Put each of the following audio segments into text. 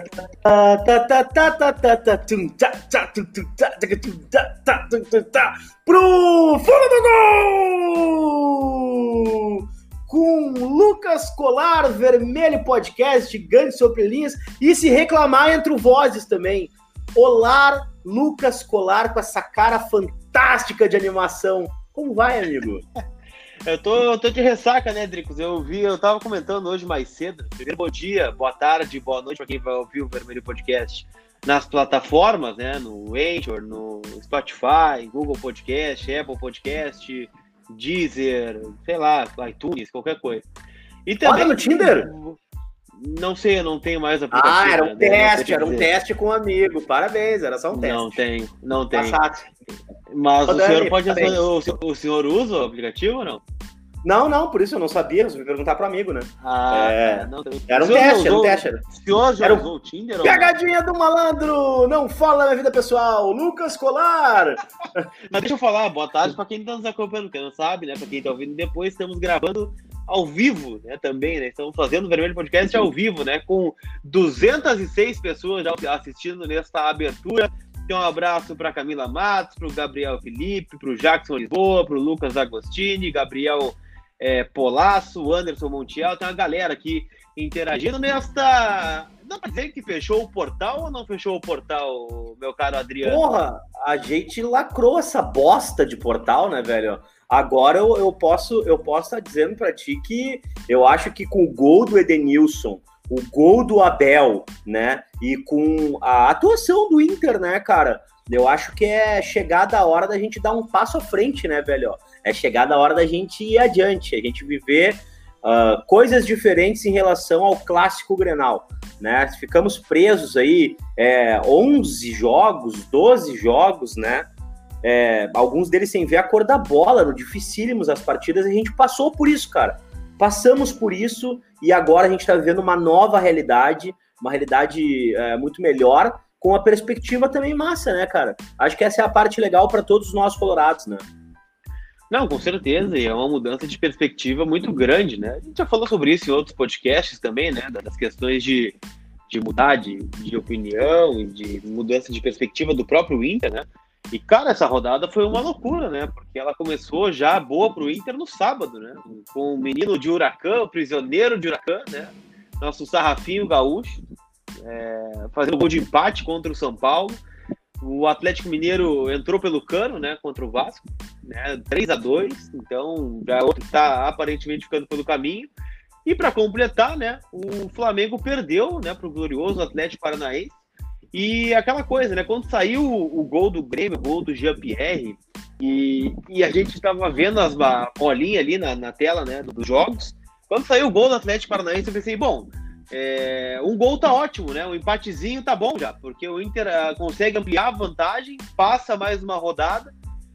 Pro fundo do gol! Com Lucas Colar, Vermelho Podcast, gigante sobre linhas, e se reclamar, entro vozes também. Olá, Lucas Colar, com essa cara fantástica de animação. Como vai, amigo? Eu tô de ressaca, né, Dricos? Eu tava comentando hoje mais cedo. Primeiro, bom dia, boa tarde, boa noite para quem vai ouvir o Vermelho Podcast nas plataformas, né? No Anchor, no Spotify, Google Podcast, Apple Podcast, Deezer, sei lá, iTunes, qualquer coisa. E também no Tinder? Não sei, eu não tenho mais aplicativo. Ah, era um teste com um amigo. Parabéns, era só um teste. Não tem. Passado. Mas o senhor pode... O senhor usa o aplicativo ou não? Não, por isso eu não sabia, você me perguntar pro amigo, né? Não, era um teste. O senhor já usou o Tinder? Pegadinha do malandro! Não fala da minha vida pessoal, Lucas Colar! Mas deixa eu falar, boa tarde pra quem tá nos acompanhando, quem não sabe, né? Pra quem tá ouvindo depois, estamos gravando ao vivo, né? Também, né? Estamos fazendo o Vermelho Podcast ao vivo, né? Com 206 pessoas já assistindo nesta abertura. Então, um abraço para Camila Matos, para o Gabriel Felipe, para o Jackson Lisboa, para o Lucas Agostini, Gabriel Polasso, Anderson Montiel. Tem uma galera aqui interagindo nesta... Dá para dizer que fechou o portal ou não fechou o portal, meu caro Adriano? Porra, a gente lacrou essa bosta de portal, né, velho? Agora eu posso estar dizendo para ti que eu acho que com o gol do Edenilson, o gol do Abel, né, e com a atuação do Inter, né, cara, eu acho que é chegada a hora da gente dar um passo à frente, né, velho? É chegada a hora da gente ir adiante, a gente viver coisas diferentes em relação ao clássico Grenal, né? Ficamos presos aí 11 jogos, 12 jogos, né? Alguns deles sem ver a cor da bola, no dificílimos as partidas, e a gente passou por isso, cara. Passamos por isso e agora a gente está vivendo uma nova realidade, uma realidade muito melhor, com a perspectiva também massa, né, cara? Acho que essa é a parte legal para todos nós colorados, né? Não, com certeza, e é uma mudança de perspectiva muito grande, né? A gente já falou sobre isso em outros podcasts também, né? Das questões de mudar de opinião e de mudança de perspectiva do próprio Inter, né? E, cara, essa rodada foi uma loucura, né? Porque ela começou já boa pro Inter no sábado, né? Com o menino de Huracan, o prisioneiro de Huracan, né? Nosso sarrafinho gaúcho, fazendo um gol de empate contra o São Paulo. O Atlético Mineiro entrou pelo cano, né? Contra o Vasco, né? 3-2, então já é outro que tá aparentemente ficando pelo caminho. E para completar, né? O Flamengo perdeu, né? Pro glorioso Atlético Paranaense. E aquela coisa, né? Quando saiu o gol do Grêmio, o gol do Jean-Pierre, e a gente estava vendo as bolinhas ali na tela, né, dos jogos. Quando saiu o gol do Atlético Paranaense, eu pensei, bom, um gol tá ótimo, né? Um empatezinho tá bom já, porque o Inter consegue ampliar a vantagem, passa mais uma rodada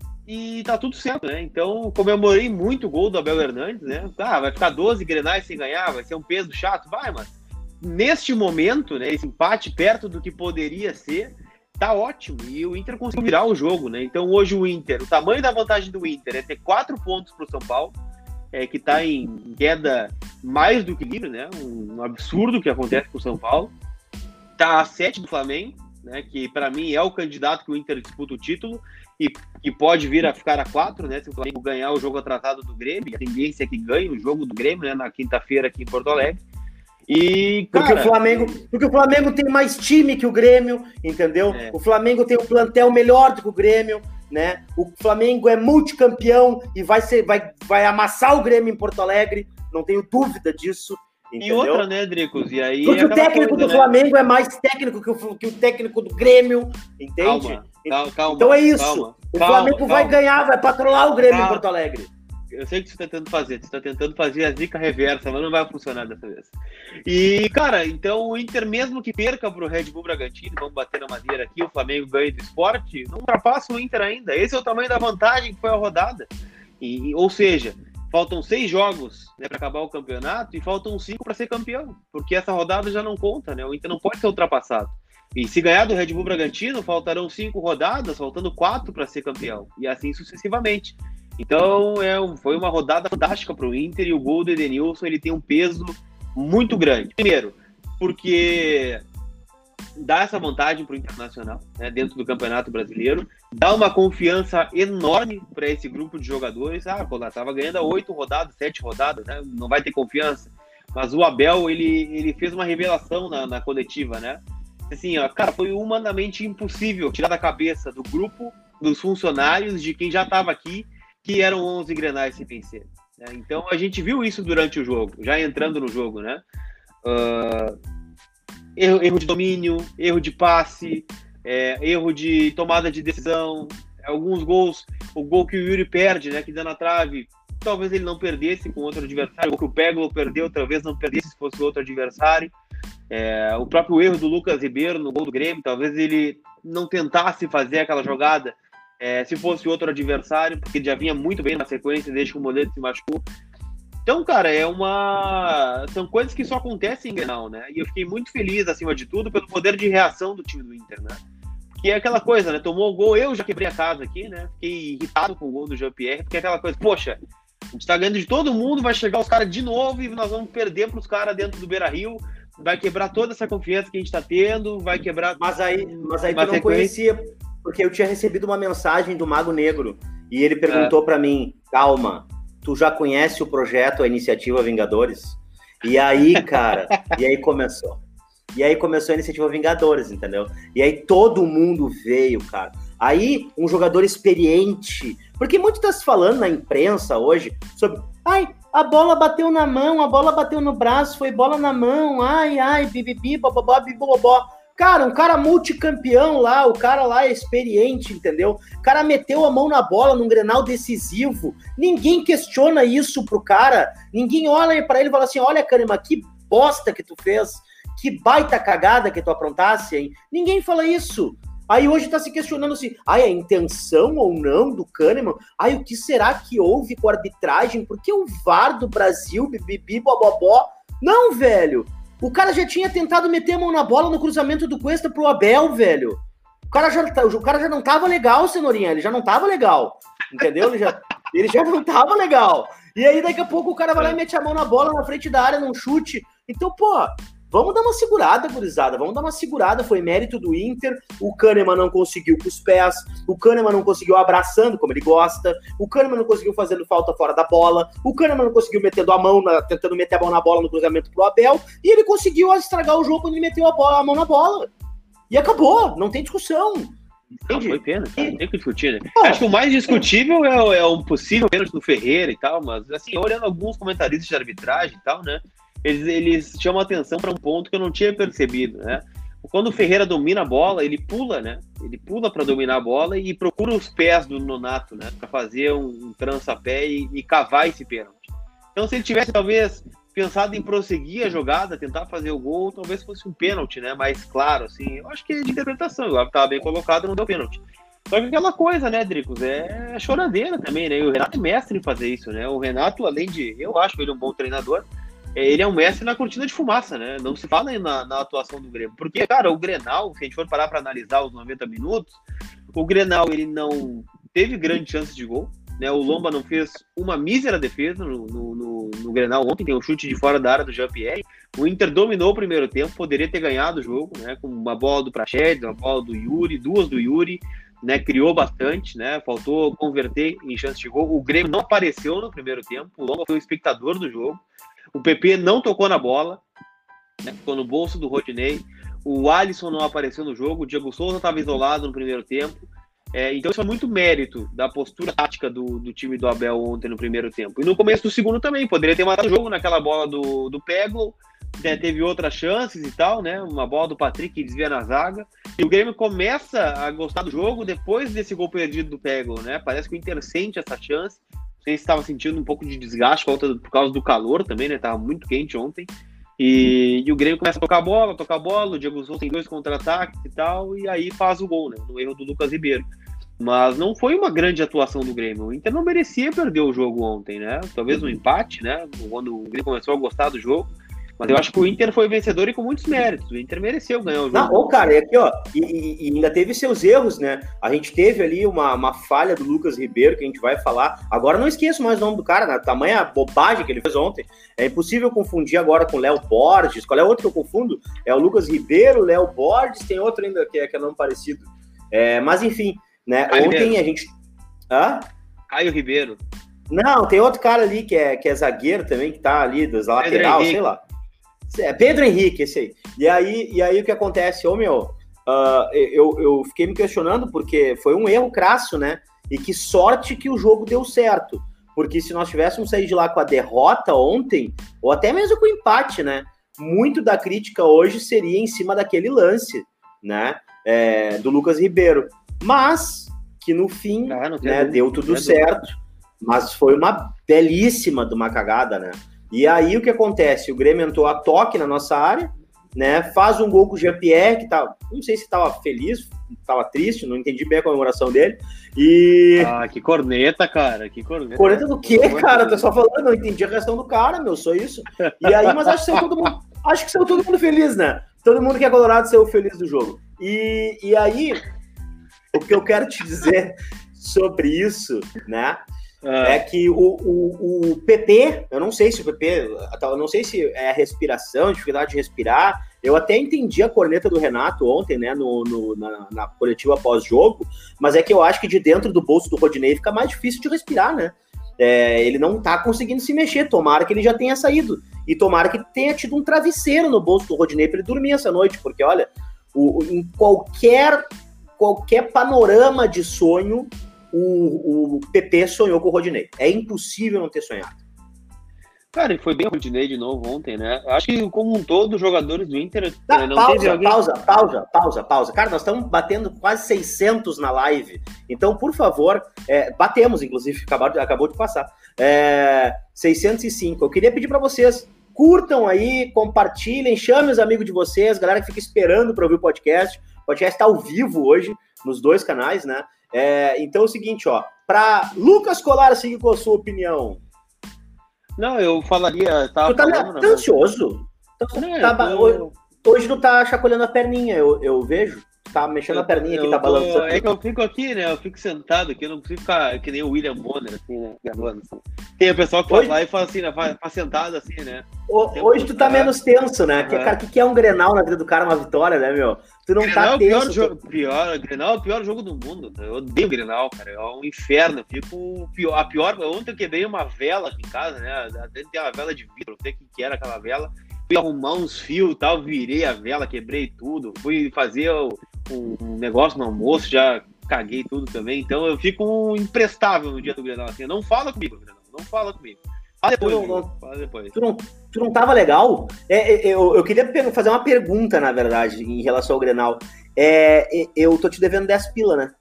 e tá tudo certo, né? Então, comemorei muito o gol do Abel Hernandes, né? Vai ficar 12 Grenais sem ganhar, vai ser um peso chato, mas neste momento, né, esse empate perto do que poderia ser, tá ótimo, e o Inter conseguiu virar o jogo, né? Então hoje o Inter, o tamanho da vantagem do Inter é ter 4 pontos pro São Paulo, que tá em queda mais do que livre, né? Um absurdo que acontece com o São Paulo. Tá a 7 do Flamengo, né, que para mim é o candidato que o Inter disputa o título e que pode vir a ficar a 4, né, se o Flamengo ganhar o jogo atrasado do Grêmio. A tendência é que ganhe o jogo do Grêmio, né, na quinta-feira aqui em Porto Alegre. E, cara, porque o Flamengo tem mais time que o Grêmio, entendeu? O Flamengo tem um plantel melhor do que o Grêmio, né? O Flamengo é multicampeão e vai amassar o Grêmio em Porto Alegre, não tenho dúvida disso. Entendeu? E outra, né, Dricos? E aí porque o técnico do Flamengo é mais técnico que o técnico do Grêmio, entende? Calma, então é isso. O Flamengo vai ganhar, vai patrolar o Grêmio em Porto Alegre. Eu sei o que você está tentando fazer a zica reversa, mas não vai funcionar dessa vez. E, cara, então o Inter, mesmo que perca pro Red Bull Bragantino, vamos bater na madeira aqui, o Flamengo ganha do Sport, não ultrapassa o Inter ainda. Esse é o tamanho da vantagem que foi a rodada. Ou seja, faltam 6 jogos, né, para acabar o campeonato e faltam 5 para ser campeão, porque essa rodada já não conta, né? O Inter não pode ser ultrapassado. E se ganhar do Red Bull Bragantino, faltarão 5 rodadas, faltando 4 para ser campeão, e assim sucessivamente. Então, foi uma rodada fantástica para o Inter, e o gol do Edenilson ele tem um peso muito grande. Primeiro, porque dá essa vantagem para o Internacional, né, dentro do Campeonato Brasileiro, dá uma confiança enorme para esse grupo de jogadores. Pô, lá estava ganhando 8 rodadas, 7 rodadas, né, não vai ter confiança. Mas o Abel, ele fez uma revelação na coletiva, né? Assim, ó, cara, foi humanamente impossível tirar da cabeça do grupo, dos funcionários, de quem já estava aqui, que eram 11 Grenais sem vencer. Né? Então, a gente viu isso durante o jogo, já entrando no jogo, né? Erro de domínio, erro de passe, erro de tomada de decisão, alguns gols, o gol que o Yuri perde, né, que dá na trave, talvez ele não perdesse com outro adversário, o que o Peglo perdeu, talvez não perdesse se fosse outro adversário. O próprio erro do Lucas Ribeiro no gol do Grêmio, talvez ele não tentasse fazer aquela jogada se fosse outro adversário, porque ele já vinha muito bem na sequência desde que o Moledo se machucou. Então, cara, são coisas que só acontecem em Grenal, né? E eu fiquei muito feliz, acima de tudo, pelo poder de reação do time do Inter, né? Que é aquela coisa, né? Tomou o gol, eu já quebrei a casa aqui, né? Fiquei irritado com o gol do Jean-Pierre, porque é aquela coisa, poxa, a gente tá ganhando de todo mundo, vai chegar os caras de novo e nós vamos perder pros caras dentro do Beira-Rio, vai quebrar toda essa confiança que a gente tá tendo, vai quebrar... Mas aí tu não conhecia, porque eu tinha recebido uma mensagem do Mago Negro, e ele perguntou pra mim, calma, tu já conhece o projeto, a iniciativa Vingadores? E aí, cara, começou. E aí começou a iniciativa Vingadores, entendeu? E aí todo mundo veio, cara. Aí um jogador experiente, porque muito tá se falando na imprensa hoje sobre, a bola bateu na mão, a bola bateu no braço, foi bola na mão, bibibi, bobobó, bibobó. Cara, um cara multicampeão lá, o cara lá é experiente, entendeu? O cara meteu a mão na bola num Grenal decisivo. Ninguém questiona isso pro cara. Ninguém olha pra ele e fala assim, olha, Kahneman, que bosta que tu fez. Que baita cagada que tu aprontasse, hein? Ninguém fala isso. Aí hoje tá se questionando assim, a intenção ou não do Kahneman? O que será que houve com a arbitragem? Por que o VAR do Brasil, bibibi, bobobó? Não, velho. O cara já tinha tentado meter a mão na bola no cruzamento do Cuesta pro Abel, velho. O cara já não tava legal, Cenourinha. Ele já não tava legal. Entendeu? Ele já não tava legal. E aí, daqui a pouco, o cara vai lá e mete a mão na bola na frente da área, num chute. Então, pô, vamos dar uma segurada, gurizada. Vamos dar uma segurada. Foi mérito do Inter. O Kahneman não conseguiu com os pés. O Kahneman não conseguiu abraçando, como ele gosta. O Kahneman não conseguiu fazendo falta fora da bola. O Kahneman não conseguiu metendo a mão, tentando meter a mão na bola no cruzamento pro Abel. E ele conseguiu estragar o jogo quando ele meteu a mão na bola. E acabou. Não tem discussão. Não, foi pena, cara. Não tem que discutir, né? Acho que o mais discutível é um possível pênalti do Ferreira e tal, mas, assim, olhando alguns comentaristas de arbitragem e tal, né? Eles chamam atenção para um ponto que eu não tinha percebido, né? Quando o Ferreira domina a bola, ele pula, né? Ele pula para dominar a bola e procura os pés do Nonato, né? Para fazer um trança-pé e cavar esse pênalti. Então, se ele tivesse, talvez, pensado em prosseguir a jogada, tentar fazer o gol, talvez fosse um pênalti, né? Mais claro, assim. Eu acho que é de interpretação. O árbitro estava bem colocado, não deu pênalti. Só que aquela coisa, né, Dricos? É choradeira também, né? E o Renato é mestre em fazer isso, né? O Renato, além de... Eu acho ele um bom treinador. Ele é um mestre na cortina de fumaça, né? Não se fala na atuação do Grêmio. Porque, cara, o Grenal, se a gente for parar para analisar os 90 minutos, o Grenal, ele não teve grande chance de gol, né? O Lomba não fez uma mísera defesa no Grenal ontem, tem um chute de fora da área do Jean-Pierre. O Inter dominou o primeiro tempo, poderia ter ganhado o jogo, né? Com uma bola do Praxedes, uma bola do Yuri, duas do Yuri, né? Criou bastante, né? Faltou converter em chance de gol. O Grêmio não apareceu no primeiro tempo, o Lomba foi o espectador do jogo. O PP não tocou na bola, né? Ficou no bolso do Rodinei. O Alisson não apareceu no jogo. O Diego Souza estava isolado no primeiro tempo. Então isso é muito mérito da postura tática do time do Abel ontem no primeiro tempo. E no começo do segundo também. Poderia ter matado o jogo naquela bola do Peglo. Né? Teve outras chances e tal, né? Uma bola do Patrick que desvia na zaga. E o Grêmio começa a gostar do jogo depois desse gol perdido do Peglo, né? Parece que o Inter sente essa chance. Não sei se estava sentindo um pouco de desgaste por causa do calor também, né? Tava muito quente ontem. E o Grêmio começa a tocar a bola, o Diego Souza tem 2 contra-ataques e tal, e aí faz o gol, né? No erro do Lucas Ribeiro. Mas não foi uma grande atuação do Grêmio. O Inter não merecia perder o jogo ontem, né? Talvez um empate, né? Quando o Grêmio começou a gostar do jogo. Mas eu acho que o Inter foi vencedor e com muitos méritos. O Inter mereceu ganhar o jogo. Não, cara, e aqui, ó, e ainda teve seus erros, né? A gente teve ali uma falha do Lucas Ribeiro, que a gente vai falar. Agora não esqueço mais o nome do cara, né? Tamanha bobagem que ele fez ontem. É impossível confundir agora com o Léo Borges. Qual é o outro que eu confundo? É o Lucas Ribeiro, o Léo Borges, tem outro ainda que é nome parecido. Mas enfim, né? Caio ontem Ribeiro. A gente... Hã? Caio Ribeiro. Não, tem outro cara ali que é zagueiro também, que tá ali, dos lateral, sei lá. Pedro Henrique, esse aí. E aí o que acontece? Eu fiquei me questionando porque foi um erro crasso, né? E que sorte que o jogo deu certo. Porque se nós tivéssemos saído de lá com a derrota ontem, ou até mesmo com o empate, né? Muito da crítica hoje seria em cima daquele lance, né? Do Lucas Ribeiro. Mas que no fim, né, deu tudo certo. Mas foi uma belíssima de uma cagada, né? E aí o que acontece? O Grêmio entrou a toque na nossa área, né? Faz um gol com o Jean-Pierre, que tá, não sei se estava feliz, estava triste, não entendi bem a comemoração dele. Que corneta, cara, que corneta. Corneta do quê, cara? Tô só falando, não entendi a reação do cara, meu, só isso. E aí, mas acho que saiu todo mundo feliz, né? Todo mundo que é colorado saiu feliz do jogo. E aí, o que eu quero te dizer sobre isso, né? É que o PP, eu não sei se o PP, eu não sei se é a respiração, dificuldade de respirar. Eu até entendi a corneta do Renato ontem, né, na coletiva pós-jogo, mas é que eu acho que de dentro do bolso do Rodinei fica mais difícil de respirar, né? Ele não tá conseguindo se mexer, tomara que ele já tenha saído. E tomara que tenha tido um travesseiro no bolso do Rodinei para ele dormir essa noite, porque, olha, em qualquer panorama de sonho, o PP sonhou com o Rodinei. É impossível não ter sonhado. Cara, e foi bem o Rodinei de novo ontem, né? Acho que como um todo, os jogadores do Inter... Pausa. Cara, nós estamos batendo quase 600 na live. Então, por favor, batemos, inclusive, acabou de passar. 605. Eu queria pedir para vocês, curtam aí, compartilhem, chamem os amigos de vocês, galera que fica esperando para ouvir o podcast. O podcast está ao vivo hoje, nos dois canais, né? Então é o seguinte, ó, para Lucas Colar seguir com a sua opinião. Não, eu falaria... Tu tá ansioso? Hoje tu tá chacoalhando a perninha, eu vejo. Tá mexendo a perninha aqui, tá balançando. É que eu fico aqui, né? Eu fico sentado aqui, eu não consigo ficar que nem o William Bonner, assim, né? Gravando, assim. Tem o pessoal que faz lá e fala assim, né? Faz sentado assim, né? Hoje tu tá menos tenso, né? Cara, o que é um Grenal na vida do cara, uma vitória, né, meu? Tu não Grenal tá tenso. Grenal é o pior jogo do mundo. Eu odeio o Grenal, cara. É um inferno. Eu fico a pior. Ontem eu quebrei uma vela aqui em casa, né? Dentro tem uma vela de vidro, não sei o que era aquela vela. Fui arrumar uns fios e tal, virei a vela, quebrei tudo. Fui fazer um negócio no almoço, já caguei tudo também. Então eu fico imprestável no dia do Grenal. Assim, não fala comigo, Grenal. Não fala comigo. Fala depois. Tu não tava legal? Eu queria fazer uma pergunta, na verdade, em relação ao Grenal. Eu tô te devendo 10 pila, né?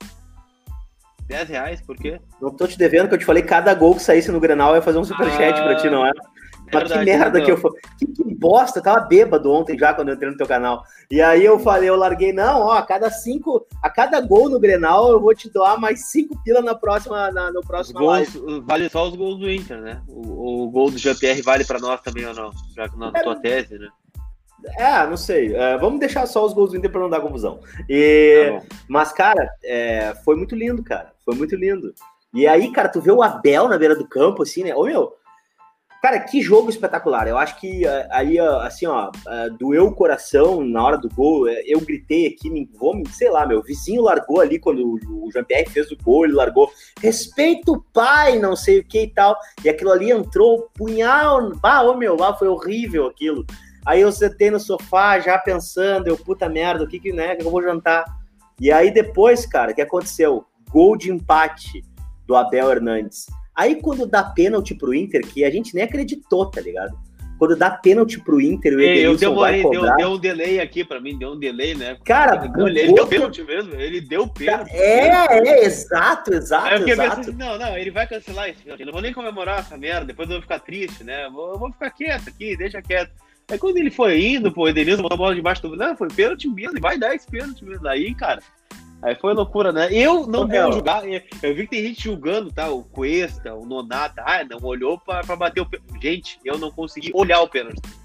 R$10? Por quê? Não tô te devendo, que eu te falei cada gol que saísse no Grenal eu ia fazer um superchat pra ti, não é? Mas que merda que eu falei. Que bosta, eu tava bêbado ontem já quando eu entrei no teu canal. E aí eu larguei, não, ó, a cada gol no Grenal eu vou te doar mais 5 pila no próximo live. Vale só os gols do Inter, né? O gol do Jean-Pierre vale pra nós também ou não? Já que na tua tese, né? Não sei. Vamos deixar só os gols do Inter pra não dar confusão. Mas, cara, foi muito lindo, cara. Foi muito lindo. E aí, cara, tu vê o Abel na beira do campo, assim, né? Ô, meu... Cara, que jogo espetacular. Eu acho que aí, assim, ó, doeu o coração na hora do gol. Eu gritei aqui, sei lá, meu vizinho largou ali quando o Jean-Pierre fez o gol, ele largou, respeita o pai, não sei o que e tal. E aquilo ali entrou, punhal, foi horrível aquilo. Aí eu sentei no sofá já pensando, puta merda, o que eu vou jantar? E aí depois, cara, o que aconteceu? Gol de empate do Abel Hernandes. Aí quando dá pênalti pro Inter, que a gente nem acreditou, tá ligado? Quando dá pênalti pro Inter, o Edenilson vai cobrar... Deu um delay aqui pra mim, deu um delay, né? Cara, ele deu pênalti mesmo, ele deu pênalti. Exato. Aí eu fiquei pensando assim, não, ele vai cancelar isso, eu não vou nem comemorar essa merda, depois eu vou ficar triste, né? Eu vou ficar quieto aqui, deixa quieto. Aí quando ele foi indo, o Edenilson botou a bola debaixo do... Não, foi pênalti mesmo, ele vai dar esse pênalti mesmo. Aí, cara... Aí foi loucura, né? Eu não vou julgar. Eu vi que tem gente julgando, tá? O Cuesta, o Nonata. Não olhou pra bater o pênalti. Gente, eu não consegui olhar o pênalti.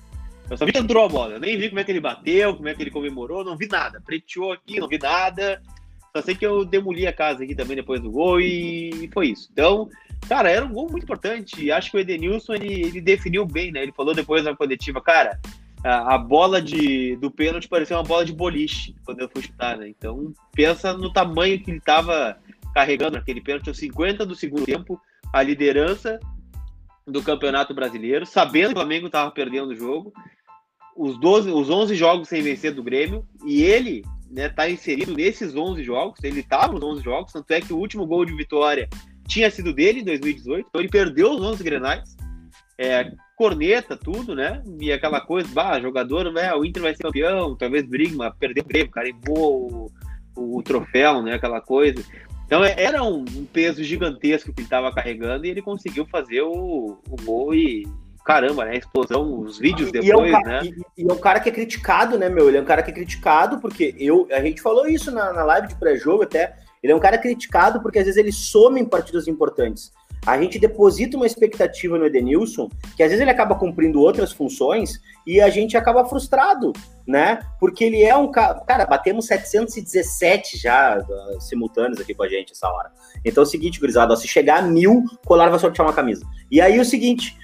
Eu só vi que entrou a bola. Eu nem vi como é que ele bateu, como é que ele comemorou, não vi nada. Preteou aqui, não vi nada. Só sei que eu demoli a casa aqui também depois do gol e foi isso. Então, cara, era um gol muito importante. E acho que o Edenilson, ele definiu bem, né? Ele falou depois na coletiva, cara, a bola do pênalti parecia uma bola de boliche quando eu fui chutar, né? Então, pensa no tamanho que ele tava carregando naquele pênalti aos 50 do segundo tempo, a liderança do Campeonato Brasileiro, sabendo que o Flamengo tava perdendo o jogo, os 11 jogos sem vencer do Grêmio, e ele, né, tá inserido nesses 11 jogos, ele tava nos 11 jogos, tanto é que o último gol de vitória tinha sido dele em 2018, então ele perdeu os 11 grenais, corneta, tudo, né, e aquela coisa, jogador, né, o Inter vai ser campeão, talvez brigue, mas perdeu o Grêmio, carimbou o troféu, né, aquela coisa. Então era um peso gigantesco que ele estava carregando e ele conseguiu fazer o gol e caramba, né? A explosão, os vídeos depois, né? E é um cara que é criticado, né, meu? Ele é um cara que é criticado porque a gente falou isso na live de pré-jogo até. Ele é um cara criticado porque às vezes ele some em partidas importantes. A gente deposita uma expectativa no Edenilson, que às vezes ele acaba cumprindo outras funções e a gente acaba frustrado, né? Porque ele é um cara... Cara, batemos 717 já simultâneos aqui com a gente essa hora. Então é o seguinte, gurizada, se chegar a 1000, o Colar vai sortear uma camisa. E aí o seguinte,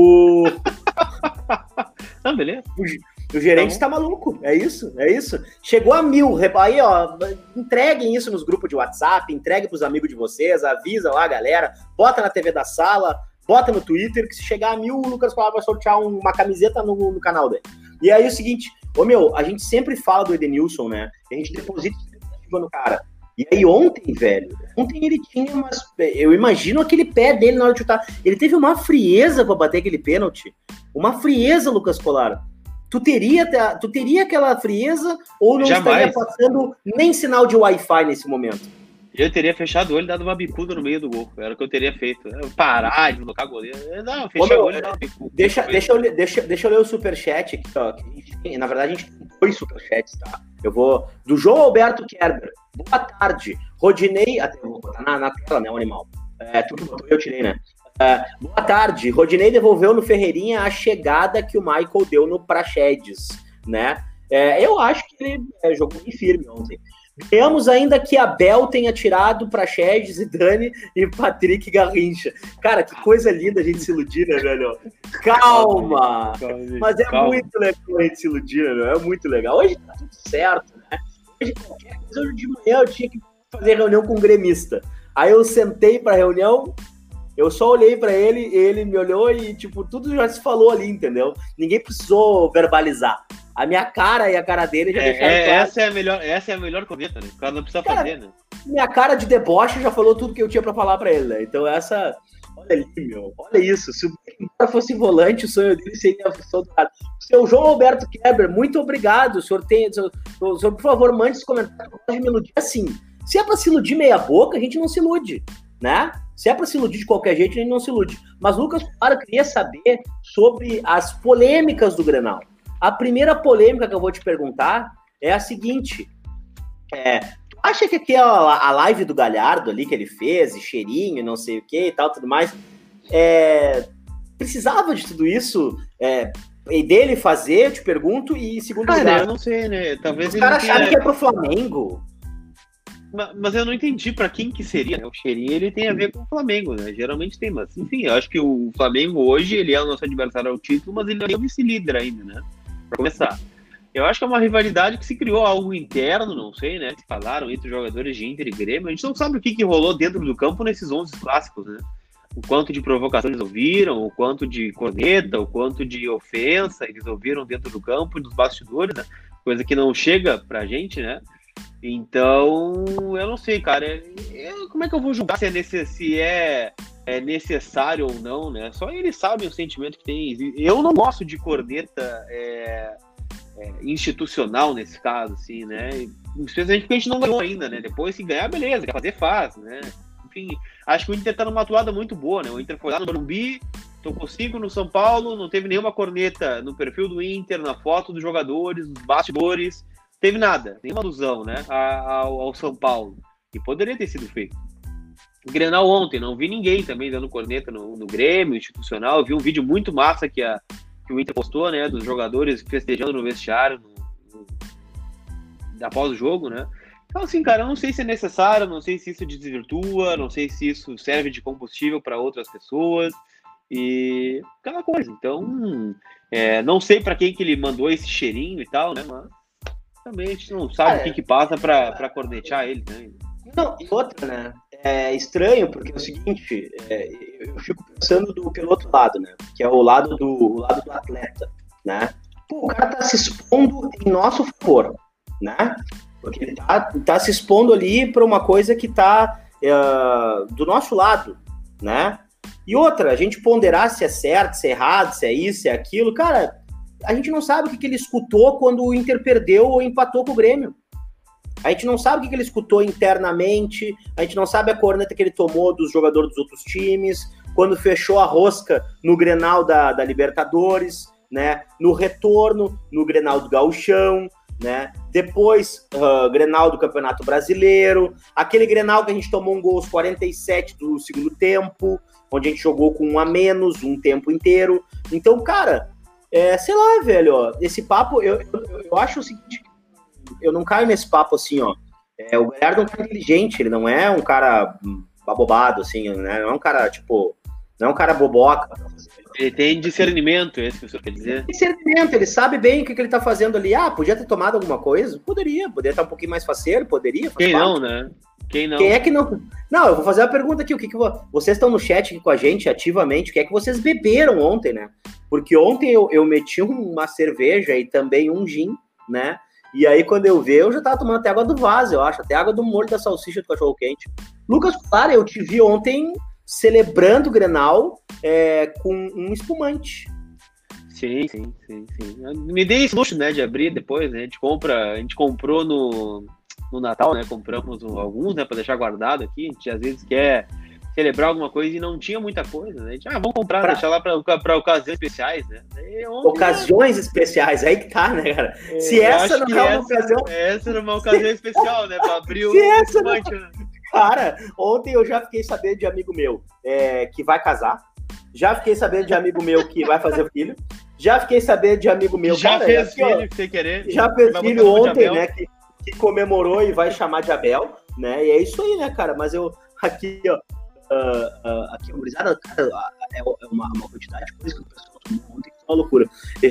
beleza. O gerente tá maluco, é isso. Chegou a 1000, aí ó, entreguem isso nos grupos de WhatsApp, entreguem pros amigos de vocês, avisa lá a galera, bota na TV da sala, bota no Twitter, que se chegar a 1000, o Lucas Colar vai sortear uma camiseta no canal dele. E aí o seguinte, a gente sempre fala do Edenilson, né, a gente deposita expectativa no cara. E aí ontem ele tinha eu imagino aquele pé dele na hora de chutar, ele teve uma frieza pra bater aquele pênalti, uma frieza, Lucas Colar. Tu teria aquela frieza ou não estaria passando nem sinal de Wi-Fi nesse momento? Eu teria fechado o olho e dado uma bicuda no meio do gol. Era o que eu teria feito. Parar de colocar goleiro. Não, fechar o olho e dar uma bicuda. Deixa eu ler o superchat aqui, ó. Na verdade, a gente tem 2 superchats, tá? Eu vou... Do João Alberto Kerber. Boa tarde. Rodinei... Até vou botar na tela, né, o animal. Tu que botou, eu tirei, né? Boa tarde. Rodinei devolveu no Ferreirinha a chegada que o Michael deu no Praxedes, né? Eu acho que ele jogou bem firme ontem. Ganhamos ainda que Abel tenha tirado Praxedes, Zidane e Patrick Garrincha. Cara, que coisa linda a gente se iludir, né, velho? Calma! Mas muito legal a gente se iludir, né? É muito legal. Hoje tá tudo certo, né? Hoje de manhã eu tinha que fazer reunião com um gremista. Aí eu sentei pra reunião, eu só olhei pra ele me olhou e, tipo, tudo já se falou ali, entendeu? Ninguém precisou verbalizar. A minha cara e a cara dele já deixaram claro. Essa é a melhor corneta, né? O cara não precisa fazer, né? Minha cara de deboche já falou tudo que eu tinha pra falar pra ele, né? Então essa... Olha ali, meu. Olha isso. Se o cara fosse volante, o sonho dele seria soldado. Seu João Alberto Kerber, muito obrigado. O senhor, por favor, mande esse comentário. Pode me iludir assim. Se é pra se iludir meia boca, a gente não se ilude, né? Se é pra se iludir de qualquer jeito, a gente não se ilude. Mas, Lucas, eu queria saber sobre as polêmicas do Grenal. A primeira polêmica que eu vou te perguntar é a seguinte. Tu acha que a live do Galhardo ali que ele fez, e cheirinho, não sei o que e tal, tudo mais, precisava de tudo isso e dele fazer, eu te pergunto, e segundo lugar... eu não sei, né? Talvez os caras acharam que é pro Flamengo. Mas eu não entendi pra quem que seria, né? O cheirinho, ele tem a ver com o Flamengo, né? Geralmente tem, mas enfim, eu acho que o Flamengo hoje, ele é o nosso adversário ao título, mas ele é o vice-líder ainda, né? Pra começar. Eu acho que é uma rivalidade que se criou algo interno, não sei, né? Se falaram entre os jogadores de Inter e Grêmio. A gente não sabe o que rolou dentro do campo nesses 11 clássicos, né? O quanto de provocação eles ouviram, o quanto de corneta, o quanto de ofensa eles ouviram dentro do campo e dos bastidores, né? Coisa que não chega pra gente, né? Então, eu não sei, cara. Como é que eu vou julgar se é necessário ou não, né? Só eles sabem o sentimento que tem. Eu não gosto de corneta institucional nesse caso, assim, né? Especialmente porque a gente não ganhou ainda, né? Depois, se ganhar, beleza, quer fazer, faz, né? Enfim, acho que o Inter tá numa atuada muito boa, né? O Inter foi lá no Morumbi, tocou 5 no São Paulo, não teve nenhuma corneta no perfil do Inter, na foto dos jogadores, dos bastidores, teve nada, nenhuma alusão, né? Ao São Paulo, que poderia ter sido feito. Grenal ontem, não vi ninguém também dando corneta no Grêmio institucional. Eu vi um vídeo muito massa que a que o Inter postou, né, dos jogadores festejando no vestiário após o jogo, né? Então, assim, cara, eu não sei se é necessário, não sei se isso desvirtua, não sei se isso serve de combustível para outras pessoas e aquela coisa. Então, não sei para quem que ele mandou esse cheirinho e tal, né? Mas também a gente não sabe o que passa para cornetear ele, né? Não, e outra, né? É estranho, porque é o seguinte, eu fico pensando pelo outro lado, né? Que é o lado do atleta, né? Pô, o cara tá se expondo em nosso favor, né? Porque ele tá se expondo ali para uma coisa que tá do nosso lado, né? E outra, a gente ponderar se é certo, se é errado, se é isso, se é aquilo, cara, a gente não sabe o que ele escutou quando o Inter perdeu ou empatou com o Grêmio. A gente não sabe o que ele escutou internamente, a gente não sabe a corneta que ele tomou dos jogadores dos outros times, quando fechou a rosca no Grenal da Libertadores, né? No retorno, no Grenal do Gauchão, né? Depois, Grenal do Campeonato Brasileiro, aquele Grenal que a gente tomou um gol aos 47 do segundo tempo, onde a gente jogou com 1 a menos, um tempo inteiro. Então, cara, sei lá, velho, ó, esse papo, eu acho o seguinte, eu não caio nesse papo assim, ó, o Galhardo é um cara inteligente, ele não é um cara abobado, assim, né? Não é um cara, tipo, não é um cara boboca. Ele tem discernimento, esse que o senhor quer dizer? Discernimento, ele sabe bem o que ele tá fazendo ali. Ah, podia ter tomado alguma coisa? Poderia estar um pouquinho mais faceiro, poderia. Quem não, né? Quem não? Quem é que não? Não, eu vou fazer uma pergunta aqui, vocês estão no chat aqui com a gente ativamente, o que é que vocês beberam ontem, né? Porque ontem eu meti uma cerveja e também um gin, né? E aí, quando eu vi, eu já tava tomando até água do vaso, eu acho, até água do molho da salsicha do cachorro-quente. Lucas, claro, eu te vi ontem celebrando o Grenal com um espumante. Sim. Me dei esse luxo, né, de abrir depois, né? A gente comprou no Natal, né? Compramos alguns, né, para deixar guardado aqui. A gente às vezes quer celebrar alguma coisa e não tinha muita coisa, né? A gente, vamos comprar, deixar lá para ocasiões especiais, né? Ocasiões especiais, aí que tá, né, cara? Se essa não é uma ocasião... Essa era uma ocasião especial, né? Para abrir o espumante, né? Cara, ontem eu já fiquei sabendo de amigo meu que vai casar, já fiquei sabendo de amigo meu que vai fazer filho, já fiquei sabendo de amigo meu... Já fez filho, sem querer. Já fez filho ontem, né? Que comemorou e vai chamar de Abel, né? E é isso aí, né, cara? Mas eu, aqui, ó, aqui, gurizada, cara, é uma quantidade de coisa que o pessoal tomou ontem, que é uma loucura.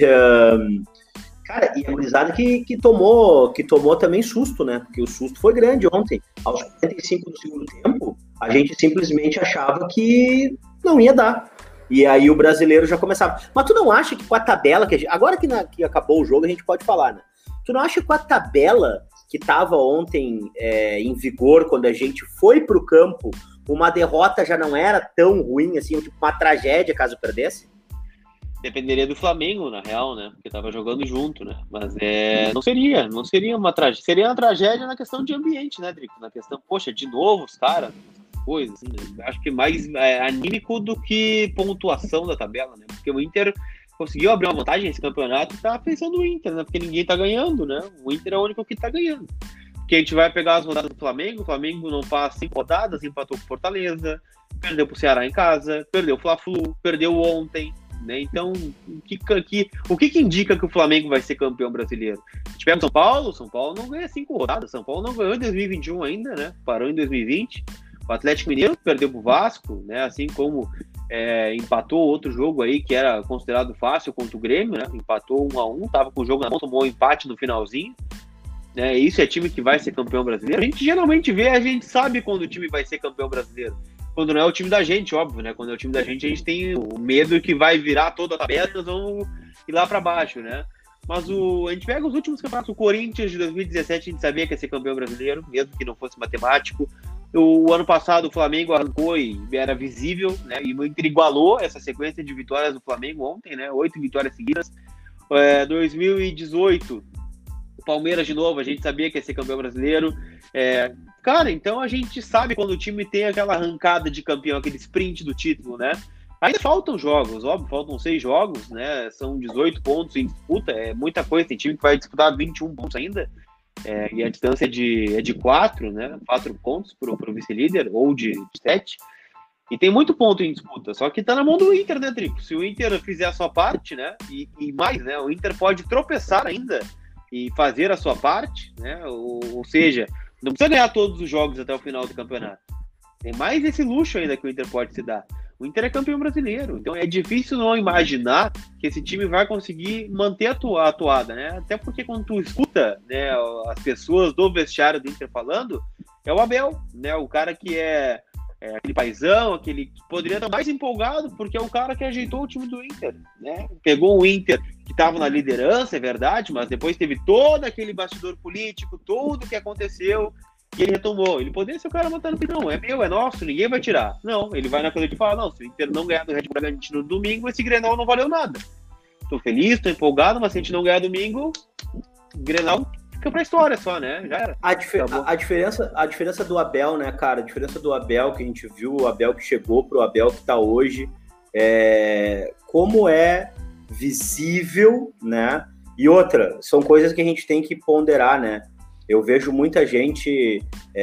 Cara, e a gurizada que tomou também susto, né? Porque o susto foi grande ontem. Aos 45 do segundo tempo, a gente simplesmente achava que não ia dar. E aí o brasileiro já começava. Mas tu não acha que com a tabela, agora que acabou o jogo, a gente pode falar, né? Tu não acha que com a tabela que estava ontem em vigor, quando a gente foi para o campo, uma derrota já não era tão ruim, assim, tipo uma tragédia caso perdesse? Dependeria do Flamengo, na real, né? Porque tava jogando junto, né? Mas não seria uma tragédia. Seria uma tragédia na questão de ambiente, né, Drico? Na questão, poxa, de novo os caras, coisas, assim, né? Acho que mais anímico do que pontuação da tabela, né? Porque o Inter conseguiu abrir uma vantagem nesse campeonato e tá pensando no Inter, né? Porque ninguém tá ganhando, né? O Inter é o único que tá ganhando. Porque a gente vai pegar as rodadas do Flamengo, o Flamengo não faz 5 rodadas, empatou com Fortaleza, perdeu pro Ceará em casa, perdeu o Fla-Flu, perdeu ontem, né? Então, o que indica que o Flamengo vai ser campeão brasileiro? A gente pega o São Paulo não ganha 5 rodadas, São Paulo não ganhou em 2021 ainda, né? Parou em 2020. O Atlético Mineiro perdeu pro Vasco, né? Assim como empatou outro jogo aí que era considerado fácil contra o Grêmio, né? Empatou 1-1, tava com o jogo na mão, tomou um empate no finalzinho. Isso é time que vai ser campeão brasileiro. A gente geralmente vê, a gente sabe quando o time vai ser campeão brasileiro. Quando não é o time da gente, óbvio, né? Quando é o time da gente, a gente tem o medo que vai virar toda a tabela e nós vamos ir lá para baixo, né? Mas a gente pega os últimos campeonatos. O Corinthians de 2017, a gente sabia que ia ser campeão brasileiro, mesmo que não fosse matemático. O ano passado, o Flamengo arrancou e era visível, né? E o Inter igualou essa sequência de vitórias do Flamengo ontem, né? 8 vitórias seguidas. 2018, o Palmeiras de novo, a gente sabia que ia ser campeão brasileiro. Cara, então a gente sabe quando o time tem aquela arrancada de campeão, aquele sprint do título, né? Ainda faltam jogos, óbvio, faltam 6 jogos, né? São 18 pontos em disputa, é muita coisa. Tem time que vai disputar 21 pontos ainda. E a distância é de 4, né? 4 pontos para o vice-líder, ou de 7. E tem muito ponto em disputa, só que tá na mão do Inter, né, Trico? Se o Inter fizer a sua parte, né, e mais, né, o Inter pode tropeçar ainda e fazer a sua parte, né, ou seja, não precisa ganhar todos os jogos até o final do campeonato. Tem mais esse luxo ainda que o Inter pode se dar. O Inter é campeão brasileiro, então é difícil não imaginar que esse time vai conseguir manter a atuada, né? Até porque quando tu escuta, né, as pessoas do vestiário do Inter falando, é o Abel, né? O cara que é aquele paizão, aquele que poderia estar mais empolgado, porque é o cara que ajeitou o time do Inter, né? Pegou o Inter que estava na liderança, é verdade, mas depois teve todo aquele bastidor político, tudo que aconteceu, e ele retomou. Ele poderia ser o cara matando, não, é meu, é nosso, ninguém vai tirar. Não, ele vai na coisa de falar, não, se o Inter não ganhar do Red Bull Bragantino no domingo, esse Grenal não valeu nada. Tô feliz, tô empolgado, mas se a gente não ganhar domingo, o Grenal fica pra história só, né? Já era. A diferença do Abel, né, cara? A diferença do Abel que a gente viu, o Abel que chegou pro Abel que tá hoje, como é visível, né? E outra, são coisas que a gente tem que ponderar, né? Eu vejo muita gente...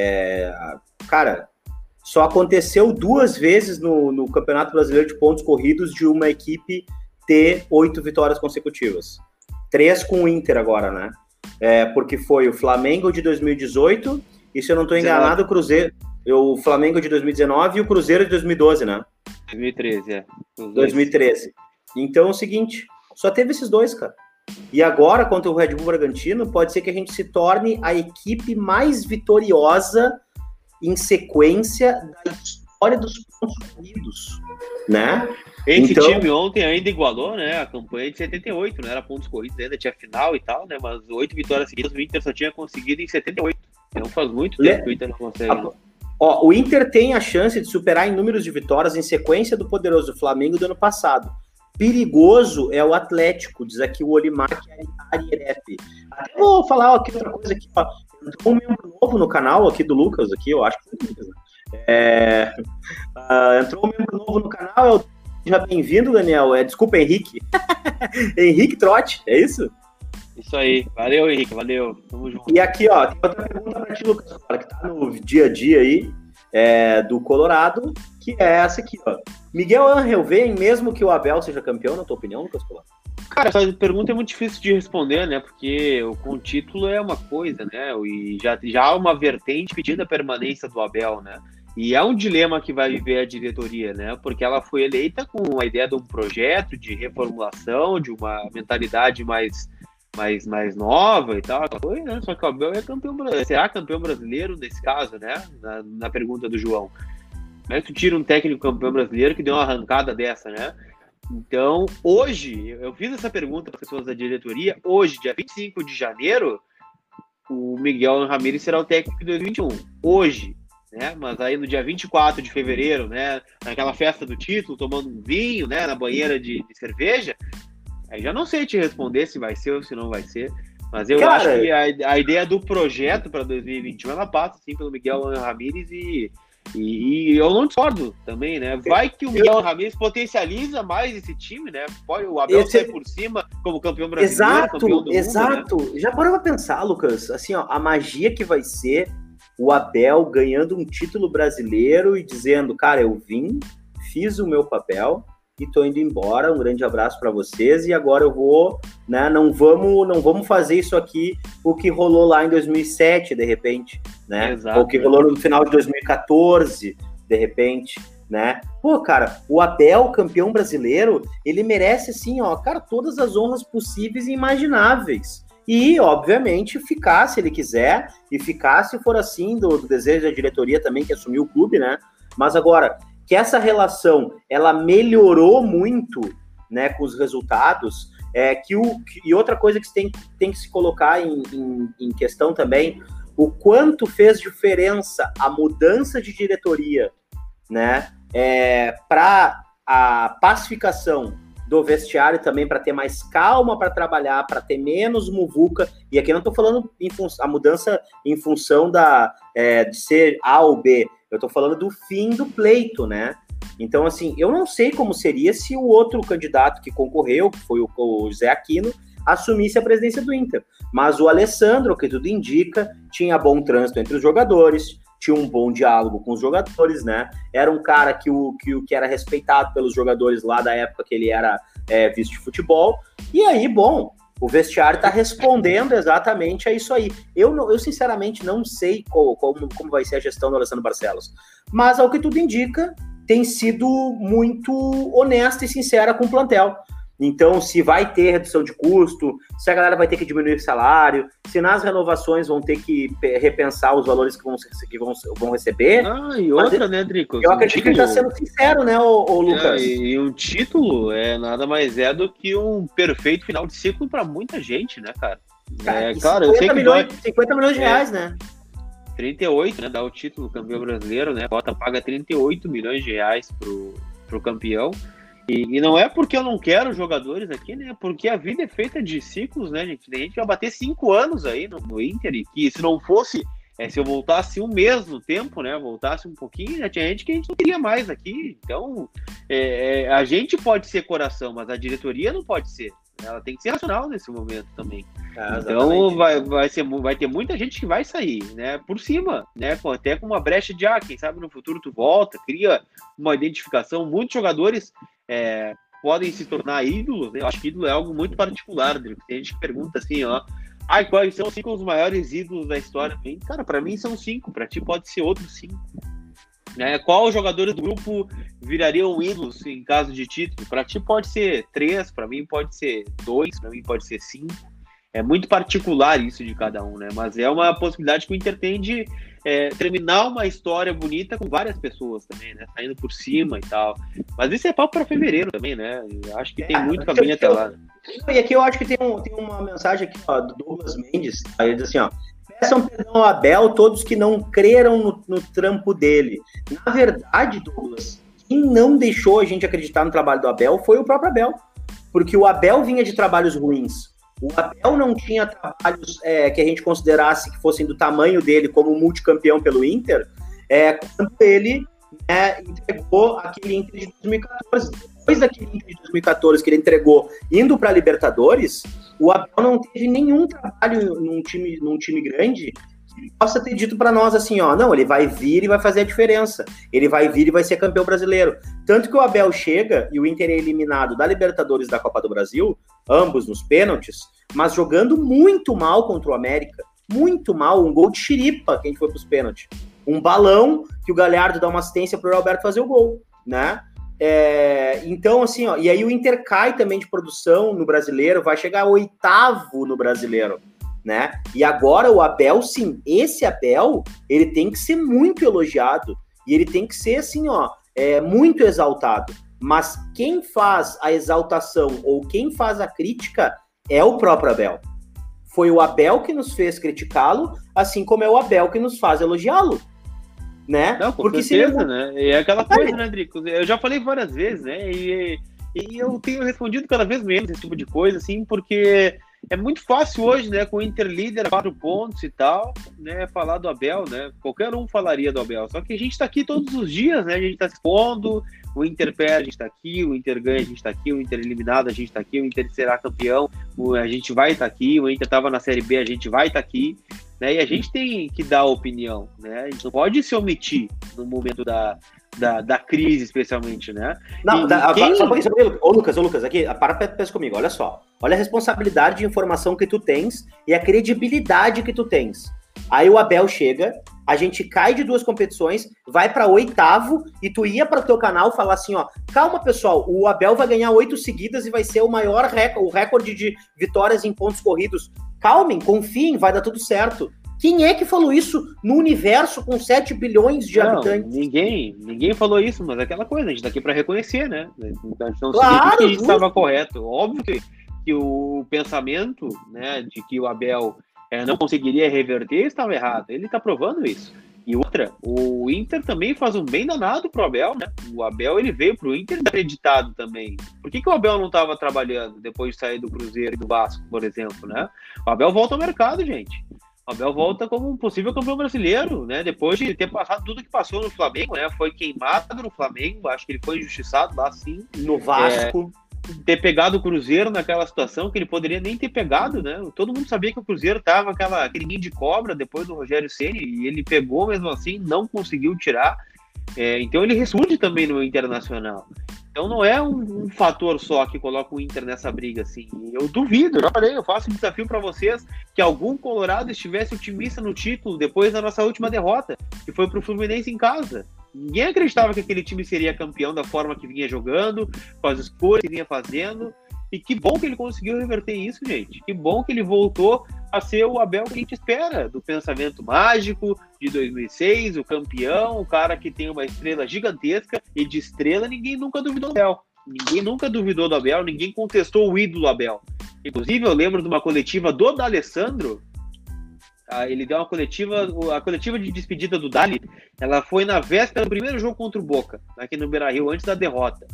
cara, só aconteceu 2 vezes no Campeonato Brasileiro de pontos corridos de uma equipe ter 8 vitórias consecutivas. 3 com o Inter agora, né? Porque foi o Flamengo de 2018 e, se eu não estou enganado, o Cruzeiro... O Flamengo de 2019 e o Cruzeiro de 2012, né? 2013, 2013. Então é o seguinte, só teve esses 2, cara. E agora, contra o Red Bull Bragantino, pode ser que a gente se torne a equipe mais vitoriosa em sequência da história dos pontos corridos, né? Esse time ontem ainda igualou, né, a campanha de 78, não era pontos corridos ainda, tinha final e tal, né, mas 8 vitórias seguidas o Inter só tinha conseguido em 78. Então faz muito tempo que o Inter não consegue. O Inter tem a chance de superar em números de vitórias em sequência do poderoso Flamengo do ano passado. Perigoso é o Atlético, diz aqui o Olimar Arierep. Até vou falar aqui outra coisa aqui, ó. Entrou um membro novo no canal aqui do Lucas, aqui, eu acho que foi o Lucas, né? Entrou um membro novo no canal, já bem-vindo, Daniel. Desculpa, Henrique. Henrique Trotti, é isso? Isso aí, valeu, Henrique, valeu, tamo junto. E aqui, ó, tem outra pergunta pra ti, Lucas, que tá no dia a dia aí, do Colorado, que é essa aqui, ó. Miguel Ángel vem mesmo que o Abel seja campeão, na tua opinião, Lucas Colar? Cara, essa pergunta é muito difícil de responder, né? Porque com o título é uma coisa, né? E já há uma vertente pedindo a permanência do Abel, né? E é um dilema que vai viver a diretoria, né? Porque ela foi eleita com a ideia de um projeto de reformulação, de uma mentalidade mais nova e tal, né? Só que o Abel será campeão brasileiro nesse caso, né? Na pergunta do João. Como é que tu tira um técnico campeão brasileiro que deu uma arrancada dessa, né? Então, hoje, eu fiz essa pergunta para as pessoas da diretoria, hoje, dia 25 de janeiro, o Miguel Ramírez será o técnico de 2021. Hoje, né? Mas aí no dia 24 de fevereiro, né? Naquela festa do título, tomando um vinho, né? Na banheira de cerveja, aí já não sei te responder se vai ser ou se não vai ser, mas eu acho que a ideia do projeto para 2021, ela passa, sim, pelo Miguel Ramírez e eu não discordo também, né? Vai que o Miguel Ramírez potencializa mais esse time, né? Pode o Abel sair por cima como campeão brasileiro, campeão do mundo, né? Já parou pra pensar, Lucas? Assim, ó, a magia que vai ser o Abel ganhando um título brasileiro e dizendo, cara, eu vim, fiz o meu papel e tô indo embora, um grande abraço para vocês, e agora eu vou, né, não vamos fazer isso aqui, o que rolou lá em 2007, de repente, né, exato, ou o que rolou no final de 2014, de repente, né, pô, cara, o Abel, campeão brasileiro, ele merece, assim, ó, cara, todas as honras possíveis e imagináveis, e, obviamente, ficar, se ele quiser, e ficar, se for assim, do desejo da diretoria também, que assumiu o clube, né, mas agora, que essa relação, ela melhorou muito, né, com os resultados, e outra coisa que tem que se colocar em questão também, o quanto fez diferença a mudança de diretoria, né, para a pacificação do vestiário também, para ter mais calma para trabalhar, para ter menos muvuca, e aqui eu não estou falando a mudança em função de ser A ou B, eu tô falando do fim do pleito, né? Então, assim, eu não sei como seria se o outro candidato que concorreu, que foi o José Aquino, assumisse a presidência do Inter. Mas o Alessandro, que tudo indica, tinha bom trânsito entre os jogadores, tinha um bom diálogo com os jogadores, né? Era um cara que era respeitado pelos jogadores lá da época que ele era vice de futebol. E aí, bom, o vestiário está respondendo exatamente a isso aí. Eu sinceramente não sei como vai ser a gestão do Alessandro Barcelos, mas ao que tudo indica, tem sido muito honesta e sincera com o plantel. Então, se vai ter redução de custo, se a galera vai ter que diminuir o salário, se nas renovações vão ter que repensar os valores que vão receber. E outra, né, Drico? Eu acredito que ele está sendo sincero, né, o Lucas? E um título nada mais é do que um perfeito final de ciclo para muita gente, né, cara? Claro, eu sei que 50 milhões de reais, né? 38, né? Dá o título campeão brasileiro, né? A Bota paga 38 milhões de reais pro campeão. E não é porque eu não quero jogadores aqui, né? Porque a vida é feita de ciclos, né, gente? A gente vai bater 5 anos aí no Inter, e que se não fosse, se eu voltasse um mês no tempo, né? Voltasse um pouquinho, já tinha gente que a gente não queria mais aqui. Então, a gente pode ser coração, mas a diretoria não pode ser. Ela tem que ser racional nesse momento também. Então vai ter muita gente que vai sair, né? Por cima, né? Até com uma brecha de quem sabe no futuro tu volta, cria uma identificação. Muitos jogadores podem se tornar ídolos, né? Eu acho que ídolo é algo muito particular, né? Tem gente que pergunta assim, quais são os 5 maiores ídolos da história? Cara, para mim são 5, para ti pode ser outros 5. Qual jogadores do grupo virariam ídolos em caso de título? Para ti pode ser 3, para mim pode ser 2, para mim pode ser 5. É muito particular isso de cada um, né? Mas é uma possibilidade que o Inter tem de terminar uma história bonita com várias pessoas também, né? Saindo por cima e tal. Mas isso é papo para fevereiro também, né? Eu acho que tem muito caminho até lá. E aqui eu acho que tem uma mensagem aqui, do Douglas Mendes. Ele diz assim, peçam perdão ao Abel todos que não creram no trampo dele. Na verdade, Douglas, quem não deixou a gente acreditar no trabalho do Abel foi o próprio Abel. Porque o Abel vinha de trabalhos ruins. O Abel não tinha trabalhos que a gente considerasse que fossem do tamanho dele como multicampeão pelo Inter, quando ele entregou aquele Inter de 2014. Depois daquele Inter de 2014 que ele entregou indo para a Libertadores, o Abel não teve nenhum trabalho num time grande que possa ter dito para nós assim, não, ele vai vir e vai fazer a diferença. Ele vai vir e vai ser campeão brasileiro. Tanto que o Abel chega e o Inter é eliminado da Libertadores e da Copa do Brasil, ambos nos pênaltis, mas jogando muito mal contra o América. Muito mal, um gol de chiripa que a gente foi pros pênaltis. Um balão que o Galhardo dá uma assistência pro Alberto fazer o gol, né? Então, assim, e aí o Inter cai também de produção no Brasileiro, vai chegar 8º no Brasileiro, né? E agora o Abel, sim, esse Abel, ele tem que ser muito elogiado e ele tem que ser, assim, muito exaltado. Mas quem faz a exaltação ou quem faz a crítica é o próprio Abel. Foi o Abel que nos fez criticá-lo, assim como é o Abel que nos faz elogiá-lo, né? Não, com porque certeza, né? E é aquela coisa, né, Drico? Eu já falei várias vezes, né? E eu tenho respondido cada vez menos esse tipo de coisa, assim, porque é muito fácil hoje, né, com o Inter líder, 4 pontos e tal, né, falar do Abel, né? Qualquer um falaria do Abel. Só que a gente tá aqui todos os dias, né? A gente tá se expondo, o Inter perde, a gente tá aqui, o Inter ganha, a gente tá aqui, o Inter eliminado, a gente tá aqui, o Inter será campeão, a gente vai estar aqui, o Inter tava na Série B, a gente vai estar aqui, né? E a gente tem que dar opinião, né? A gente não pode se omitir no momento da crise, especialmente, né? Não, só um pouquinho, ô Lucas, aqui, pensa comigo, olha só. Olha a responsabilidade de informação que tu tens e a credibilidade que tu tens. Aí o Abel chega, a gente cai de 2 competições, vai para 8º e tu ia para o teu canal falar assim, calma pessoal, o Abel vai ganhar 8 seguidas e vai ser o recorde de vitórias em pontos corridos. Calmem, confiem, vai dar tudo certo. Quem é que falou isso no universo com 7 bilhões de habitantes? Ninguém falou isso, mas é aquela coisa, a gente tá aqui para reconhecer, né? Então, claro, que a gente estava correto. Óbvio que o pensamento, né, de que o Abel não conseguiria reverter estava errado. Ele tá provando isso. E outra, o Inter também faz um bem danado pro Abel, né? O Abel, ele veio pro Inter acreditado também. Por que o Abel não estava trabalhando depois de sair do Cruzeiro e do Vasco, por exemplo, né? O Abel volta ao mercado, gente. O Abel volta como um possível campeão brasileiro, né? Depois de ter passado tudo que passou no Flamengo, né? Foi queimado no Flamengo, acho que ele foi injustiçado lá, sim. No Vasco. ter pegado o Cruzeiro naquela situação que ele poderia nem ter pegado, né? Todo mundo sabia que o Cruzeiro tava aquele ninho de cobra depois do Rogério Ceni, e ele pegou mesmo assim, não conseguiu tirar. Então ele ressurge também no Internacional. Então não é um fator só que coloca o Inter nessa briga, assim. Eu duvido, eu já falei, eu faço um desafio para vocês que algum colorado estivesse otimista no título depois da nossa última derrota, que foi pro Fluminense em casa. Ninguém acreditava que aquele time seria campeão da forma que vinha jogando, com as escolhas que vinha fazendo. E que bom que ele conseguiu reverter isso, gente. Que bom que ele voltou a ser o Abel que a gente espera, do pensamento mágico de 2006, o campeão, o cara que tem uma estrela gigantesca, e de estrela ninguém nunca duvidou do Abel. Ninguém nunca duvidou do Abel, ninguém contestou o ídolo Abel. Inclusive, eu lembro de uma coletiva do D'Alessandro, ele deu uma coletiva, a coletiva de despedida do Dali, ela foi na véspera do primeiro jogo contra o Boca, aqui no Beira-Rio, antes da derrota.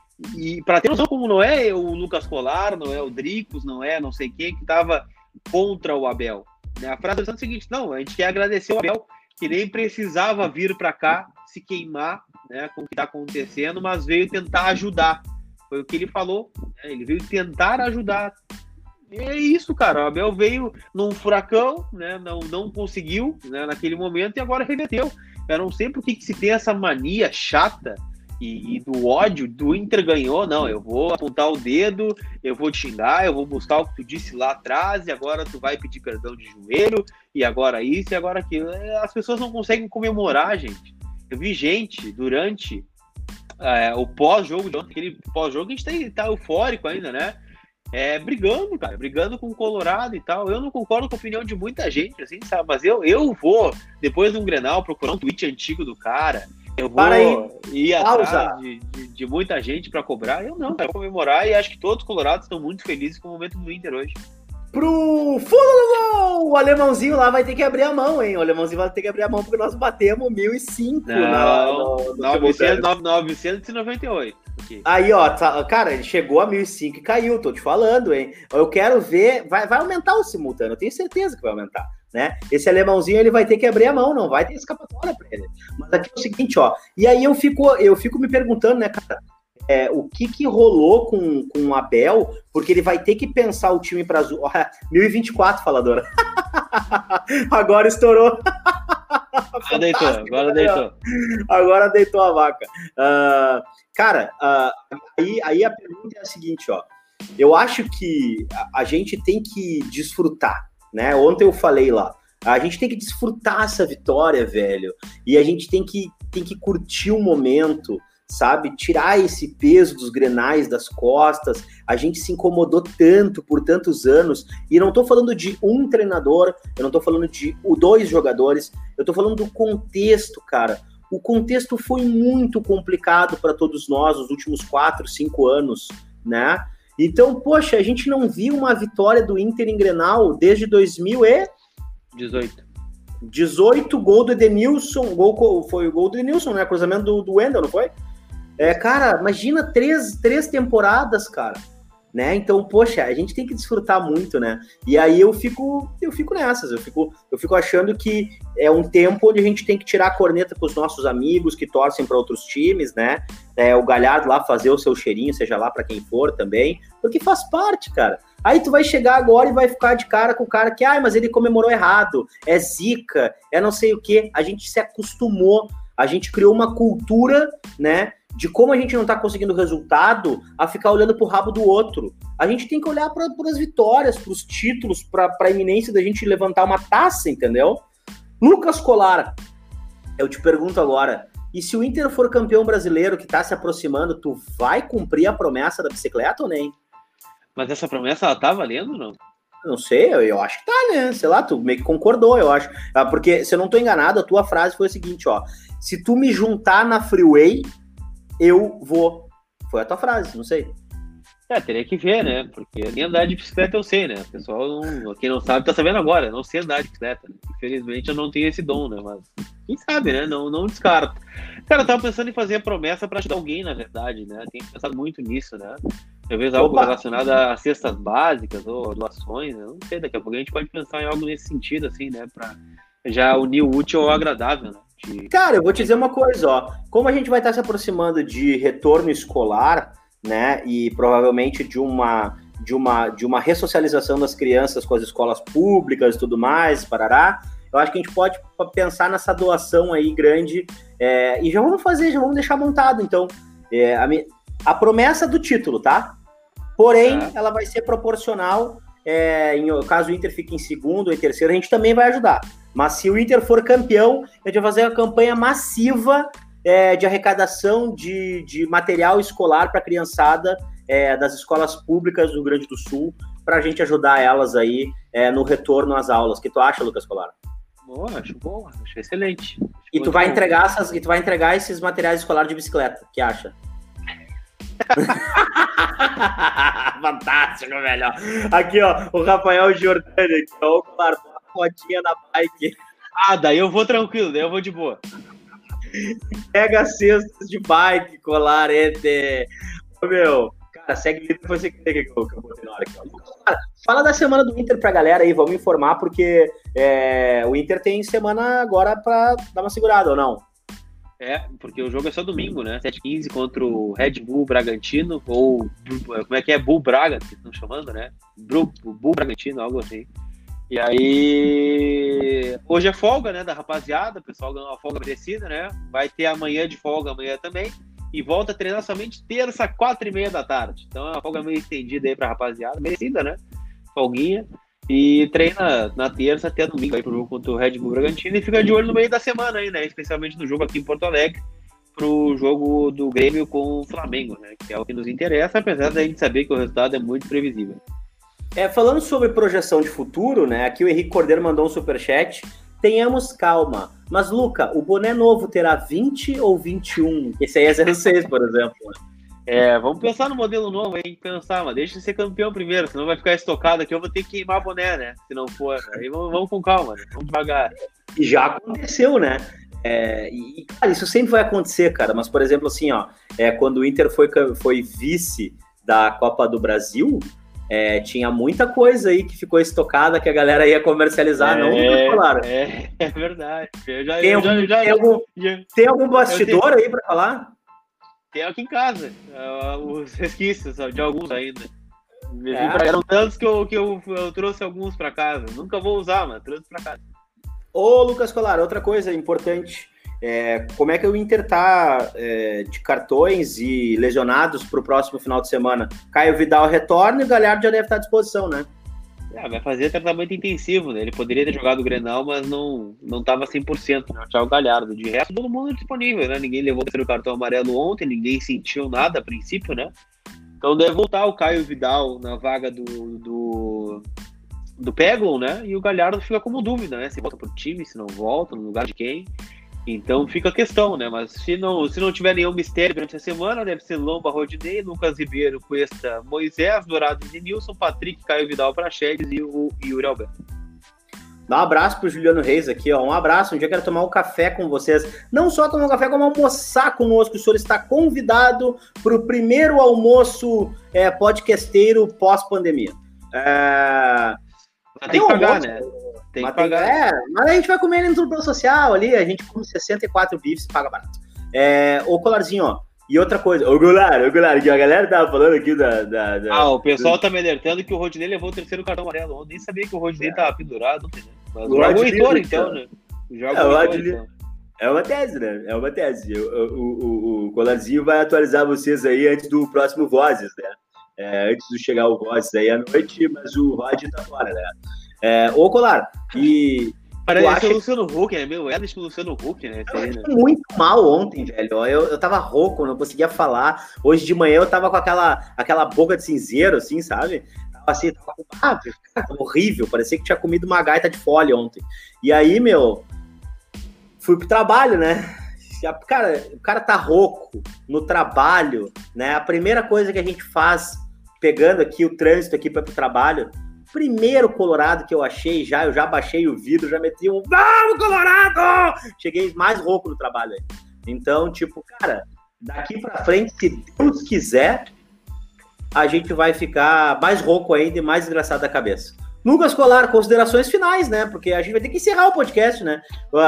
E para ter noção como não é o Lucas Colar, não é o Dricos, não é não sei quem que estava contra o Abel, né? A frase é o seguinte: não, a gente quer agradecer o Abel, que nem precisava vir para cá se queimar, né, com o que está acontecendo, mas veio tentar ajudar. Foi o que ele falou, né? Ele veio tentar ajudar. E é isso, cara. O Abel veio num furacão, né? Não conseguiu, né, naquele momento, e agora reverteu. Eu não sei por que se tem essa mania chata e do ódio do Inter ganhou. Não, eu vou apontar o dedo, eu vou te xingar, eu vou buscar o que tu disse lá atrás, e agora tu vai pedir perdão de joelho, e agora isso, e agora aquilo. As pessoas não conseguem comemorar, gente. Eu vi gente durante o pós-jogo de ontem, aquele pós-jogo, a gente tá eufórico ainda, né? Brigando, cara, brigando com o Colorado e tal. Eu não concordo com a opinião de muita gente, assim, sabe? Mas eu vou, depois de um Grenal, procurar um tweet antigo do cara. Eu vou ir atrás de muita gente para cobrar. Eu não, quero comemorar, e acho que todos os colorados estão muito felizes com o momento do Inter hoje. Pro fundo do gol! O alemãozinho lá vai ter que abrir a mão, hein? O alemãozinho vai ter que abrir a mão porque nós batemos 1.005 no 998. Aqui. Aí, ó, cara, ele chegou a 1.005 e caiu, tô te falando, hein? Eu quero ver, vai aumentar o simultâneo, eu tenho certeza que vai aumentar, né? Esse alemãozinho, ele vai ter que abrir a mão, não vai ter escapatória pra ele. Mas aqui é o seguinte, ó, e aí eu fico me perguntando, né, cara, o que rolou com o Abel, porque ele vai ter que pensar o time para 1024, faladora. Agora estourou. Agora deitou a vaca. Cara, aí a pergunta é a seguinte, ó. Eu acho que a gente tem que desfrutar, né? Ontem eu falei lá, a gente tem que desfrutar essa vitória, velho. E a gente tem que curtir o momento, sabe? Tirar esse peso dos Grenais das costas. A gente se incomodou tanto por tantos anos, e não tô falando de um treinador, eu não tô falando de 2 jogadores, eu tô falando do contexto, cara. O contexto foi muito complicado para todos nós nos últimos 4, 5 anos, né? Então, poxa, a gente não viu uma vitória do Inter em Grenal desde 2018, gol do Edenilson, foi o gol do Edenilson, né? Cruzamento do Wendel, não foi? Cara, imagina 3 temporadas, cara, né? Então, poxa, a gente tem que desfrutar muito, né? E aí eu fico nessas, eu fico achando que é um tempo onde a gente tem que tirar a corneta com os nossos amigos que torcem para outros times, né? O Galhardo lá fazer o seu cheirinho, seja lá para quem for também, porque faz parte, cara. Aí tu vai chegar agora e vai ficar de cara com o cara que, mas ele comemorou errado, é zica, é não sei o quê. A gente se acostumou, a gente criou uma cultura, né, de como a gente não tá conseguindo resultado, a ficar olhando pro rabo do outro. A gente tem que olhar para as vitórias, pros títulos, pra iminência da gente levantar uma taça, entendeu? Lucas Colar, eu te pergunto agora, e se o Inter for campeão brasileiro que tá se aproximando, tu vai cumprir a promessa da bicicleta ou nem? Mas essa promessa, ela tá valendo ou não? Não sei, eu acho que tá, né? Sei lá, tu meio que concordou, eu acho. Porque, se eu não tô enganado, a tua frase foi a seguinte, ó. Se tu me juntar na Freeway, eu vou. Foi a tua frase, não sei. Teria que ver, né? Porque nem andar de bicicleta eu sei, né? O pessoal, quem não sabe, tá sabendo agora. Eu não sei andar de bicicleta. Infelizmente, eu não tenho esse dom, né? Mas quem sabe, né? Não descarto. Cara, eu tava pensando em fazer a promessa pra ajudar alguém, na verdade, né? Tenho pensado muito nisso, né? Talvez algo relacionado a cestas básicas ou doações, né? Não sei, daqui a pouco a gente pode pensar em algo nesse sentido, assim, né? Pra já unir o útil ao agradável, né? Cara, eu vou te dizer uma coisa, ó. Como a gente vai estar se aproximando de retorno escolar, né, e provavelmente de uma ressocialização das crianças com as escolas públicas e tudo mais, parará, eu acho que a gente pode pensar nessa doação aí grande, e já vamos deixar montado, então, a promessa do título, tá? Porém, ela vai ser proporcional, caso o Inter fique em segundo ou em terceiro, a gente também vai ajudar. Mas se o Inter for campeão, a gente vai fazer uma campanha massiva de arrecadação de material escolar para a criançada das escolas públicas do Rio Grande do Sul, para a gente ajudar elas aí no retorno às aulas. O que tu acha, Lucas Colar? Bom, acho excelente. E tu vai entregar esses materiais escolares de bicicleta, que acha? Fantástico, velho. Aqui, ó, o Rafael Giordani, aqui, ó, o Colar, rodinha na bike. Daí eu vou tranquilo, daí eu vou de boa. Pega cestas de bike, Colar, Ô, meu, cara, segue depois você que eu botei na hora aqui. Cara, fala da semana do Inter pra galera aí, vamos informar, porque o Inter tem semana agora pra dar uma segurada, ou não? Porque o jogo é só domingo, né? 7h15 contra o Red Bull Bragantino, ou como é que é? Bull Braga, que estão chamando, né? Bull Bragantino, algo assim. E aí, hoje é folga, né, da rapaziada, o pessoal ganhou uma folga merecida, né? Vai ter amanhã de folga, amanhã também, e volta a treinar somente terça, 4h30 da tarde. Então é uma folga meio estendida aí pra rapaziada, merecida, né? Folguinha. E treina na terça até domingo aí pro jogo contra o Red Bull Bragantino e fica de olho no meio da semana aí, né? Especialmente no jogo aqui em Porto Alegre, pro jogo do Grêmio com o Flamengo, né? Que é o que nos interessa, apesar da gente saber que o resultado é muito previsível. Falando sobre projeção de futuro, né? Aqui o Henrique Cordeiro mandou um superchat. Tenhamos calma. Mas, Luca, o boné novo terá 20 ou 21? Esse aí é 06, por exemplo. Vamos pensar no modelo novo, hein? Mas deixa de ser campeão primeiro, senão vai ficar estocado aqui, eu vou ter que queimar boné, né? Se não for. Aí vamos com calma, né? Vamos devagar. E já aconteceu, né? Cara, isso sempre vai acontecer, cara. Mas, por exemplo, assim, ó, quando o Inter foi vice da Copa do Brasil, tinha muita coisa aí que ficou estocada que a galera ia comercializar, não falaram. É verdade. Tem algum bastidor aí pra falar? Tem aqui em casa, os resquícios de alguns ainda. Eram tantos que eu trouxe alguns pra casa. Nunca vou usar, mas trouxe pra casa. Ô, Lucas Colar, outra coisa importante. Como é que o Inter tá de cartões e lesionados pro próximo final de semana? Caio Vidal retorna e o Galhardo já deve estar à disposição, né? Vai fazer tratamento intensivo, né? Ele poderia ter jogado o Grenal, mas não tava 100%, né? O Thiago Galhardo. De resto, todo mundo disponível, né? Ninguém levou o terceiro cartão amarelo ontem, ninguém sentiu nada a princípio, né? Então deve voltar o Caio Vidal na vaga do Peglon, né? E o Galhardo fica como dúvida, né? Se volta pro time, se não volta, no lugar de quem. Então fica a questão, né? Mas se não tiver nenhum mistério durante a semana, deve ser Lomba, Rodinei, Lucas Ribeiro, Cuesta, Moisés, Dourado, Denilson, Patrick, Caio Vidal, Praxedes e o Yuri Alberto. Dá um abraço pro Juliano Reis aqui, ó. Um abraço, um dia eu quero tomar um café com vocês. Não só tomar um café, como almoçar conosco. O senhor está convidado para o primeiro almoço podcasteiro pós-pandemia. Tem que pagar, né? Tem que pagar. Mas a gente vai comer no plano social ali, a gente come 64 bifes e paga barato. Ô, Colarzinho, ó. E outra coisa, ô Goulart, que a galera tava falando aqui o pessoal tá me alertando que o Rodinei levou o terceiro cartão amarelo. Eu nem sabia que o Rodinei tava pendurado, né? Mas joga o Heitor, então, né? É uma tese, né? É uma tese. O Colarzinho vai atualizar vocês aí antes do próximo Vozes, né? Antes de chegar o Vozes aí à noite, mas o Rod tá fora, né? Ô, Colar, parece o Luciano Huck, né? Meu, tipo o Luciano Huck, né? Eu fiquei muito mal ontem, velho. Eu tava rouco, não conseguia falar. Hoje de manhã eu tava com aquela boca de cinzeiro, assim, sabe? Tava assim, tava horrível. Parecia que tinha comido uma gaita de folha ontem. E aí, meu, fui pro trabalho, né? Cara, o cara tá rouco no trabalho, né? A primeira coisa que a gente faz, pegando aqui o trânsito aqui para pro trabalho, primeiro Colorado que eu achei eu já baixei o vidro, já meti um vamos, Colorado! Cheguei mais rouco no trabalho aí. Então, tipo, cara, daqui pra frente, se Deus quiser, a gente vai ficar mais rouco ainda e mais desgraçado da cabeça. Lucas Colar, considerações finais, né? Porque a gente vai ter que encerrar o podcast, né?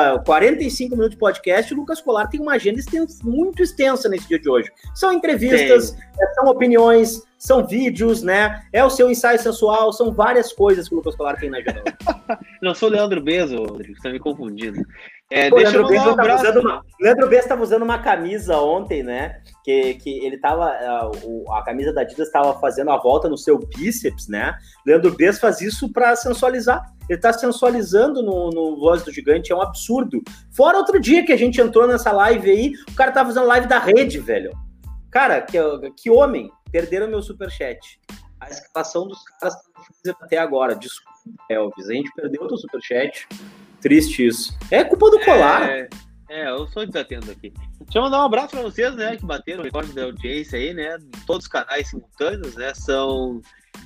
45 minutos de podcast, o Lucas Colar tem uma agenda muito extensa nesse dia de hoje. São entrevistas, são opiniões, são vídeos, né? É o seu ensaio sensual, são várias coisas que o Lucas Colar tem na agenda. Não sou o Leandro Bezo, Rodrigo, você tá me confundindo. Deixa eu mandar um abraço. Leandro Bezo estava usando uma camisa ontem, né? Que ele tava. A camisa da Adidas estava fazendo a volta no seu bíceps, né? Leandro Bezo faz isso para sensualizar. Ele tá sensualizando no Voz do Gigante, é um absurdo. Fora outro dia que a gente entrou nessa live aí, o cara tava fazendo live da rede, velho. Cara, que homem. Perderam meu superchat. A escalação dos caras tá até agora. Desculpa, Elvis. A gente perdeu o teu superchat. Triste isso. É culpa do Colar. Eu sou desatento aqui. Deixa eu mandar um abraço para vocês, né, que bateram o recorde da audiência aí, né, em todos os canais simultâneos, né, são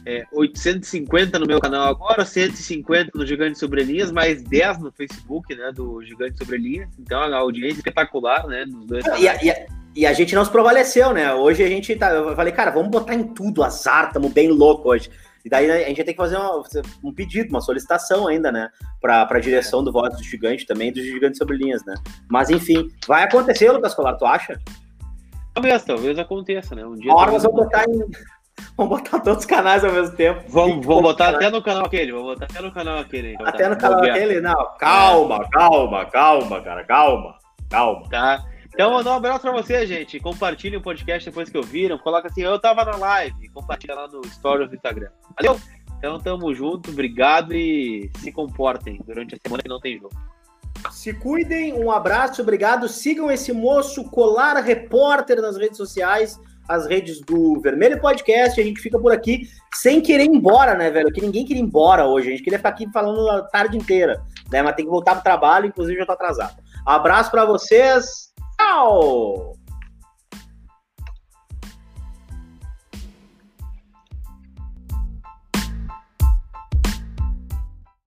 850 no meu canal agora, 150 no Gigante Sobre Linhas, mais 10 no Facebook, né, do Gigante Sobre Linhas, então a audiência espetacular, né, dos dois canais. E a gente não se prevaleceu, né, hoje a gente eu falei, cara, vamos botar em tudo azar, estamos bem louco hoje. E daí a gente vai ter que fazer um pedido, uma solicitação ainda, né? Pra direção do Voz do Gigante também, do Gigante Sobre Linhas, né? Mas enfim, vai acontecer, Lucas Colar, tu acha? Talvez aconteça, né? Um dia. Agora nós vamos botar todos os canais ao mesmo tempo. Vamos botar até no canal aquele. Até no canal aquele? Não, calma, cara, calma. Tá. Então, mandar um abraço pra você, gente. Compartilhem o podcast depois que ouviram. Coloca assim, eu tava na live. Compartilha lá no Stories do Instagram. Valeu? Então, tamo junto. Obrigado e se comportem durante a semana que não tem jogo. Se cuidem. Um abraço. Obrigado. Sigam esse moço Colar Repórter nas redes sociais. As redes do Vermelho Podcast. A gente fica por aqui sem querer ir embora, né, velho? Que ninguém queria ir embora hoje. A gente queria ficar aqui falando a tarde inteira, né? Mas tem que voltar pro trabalho. Inclusive, já tô atrasado. Abraço pra vocês. Tchau!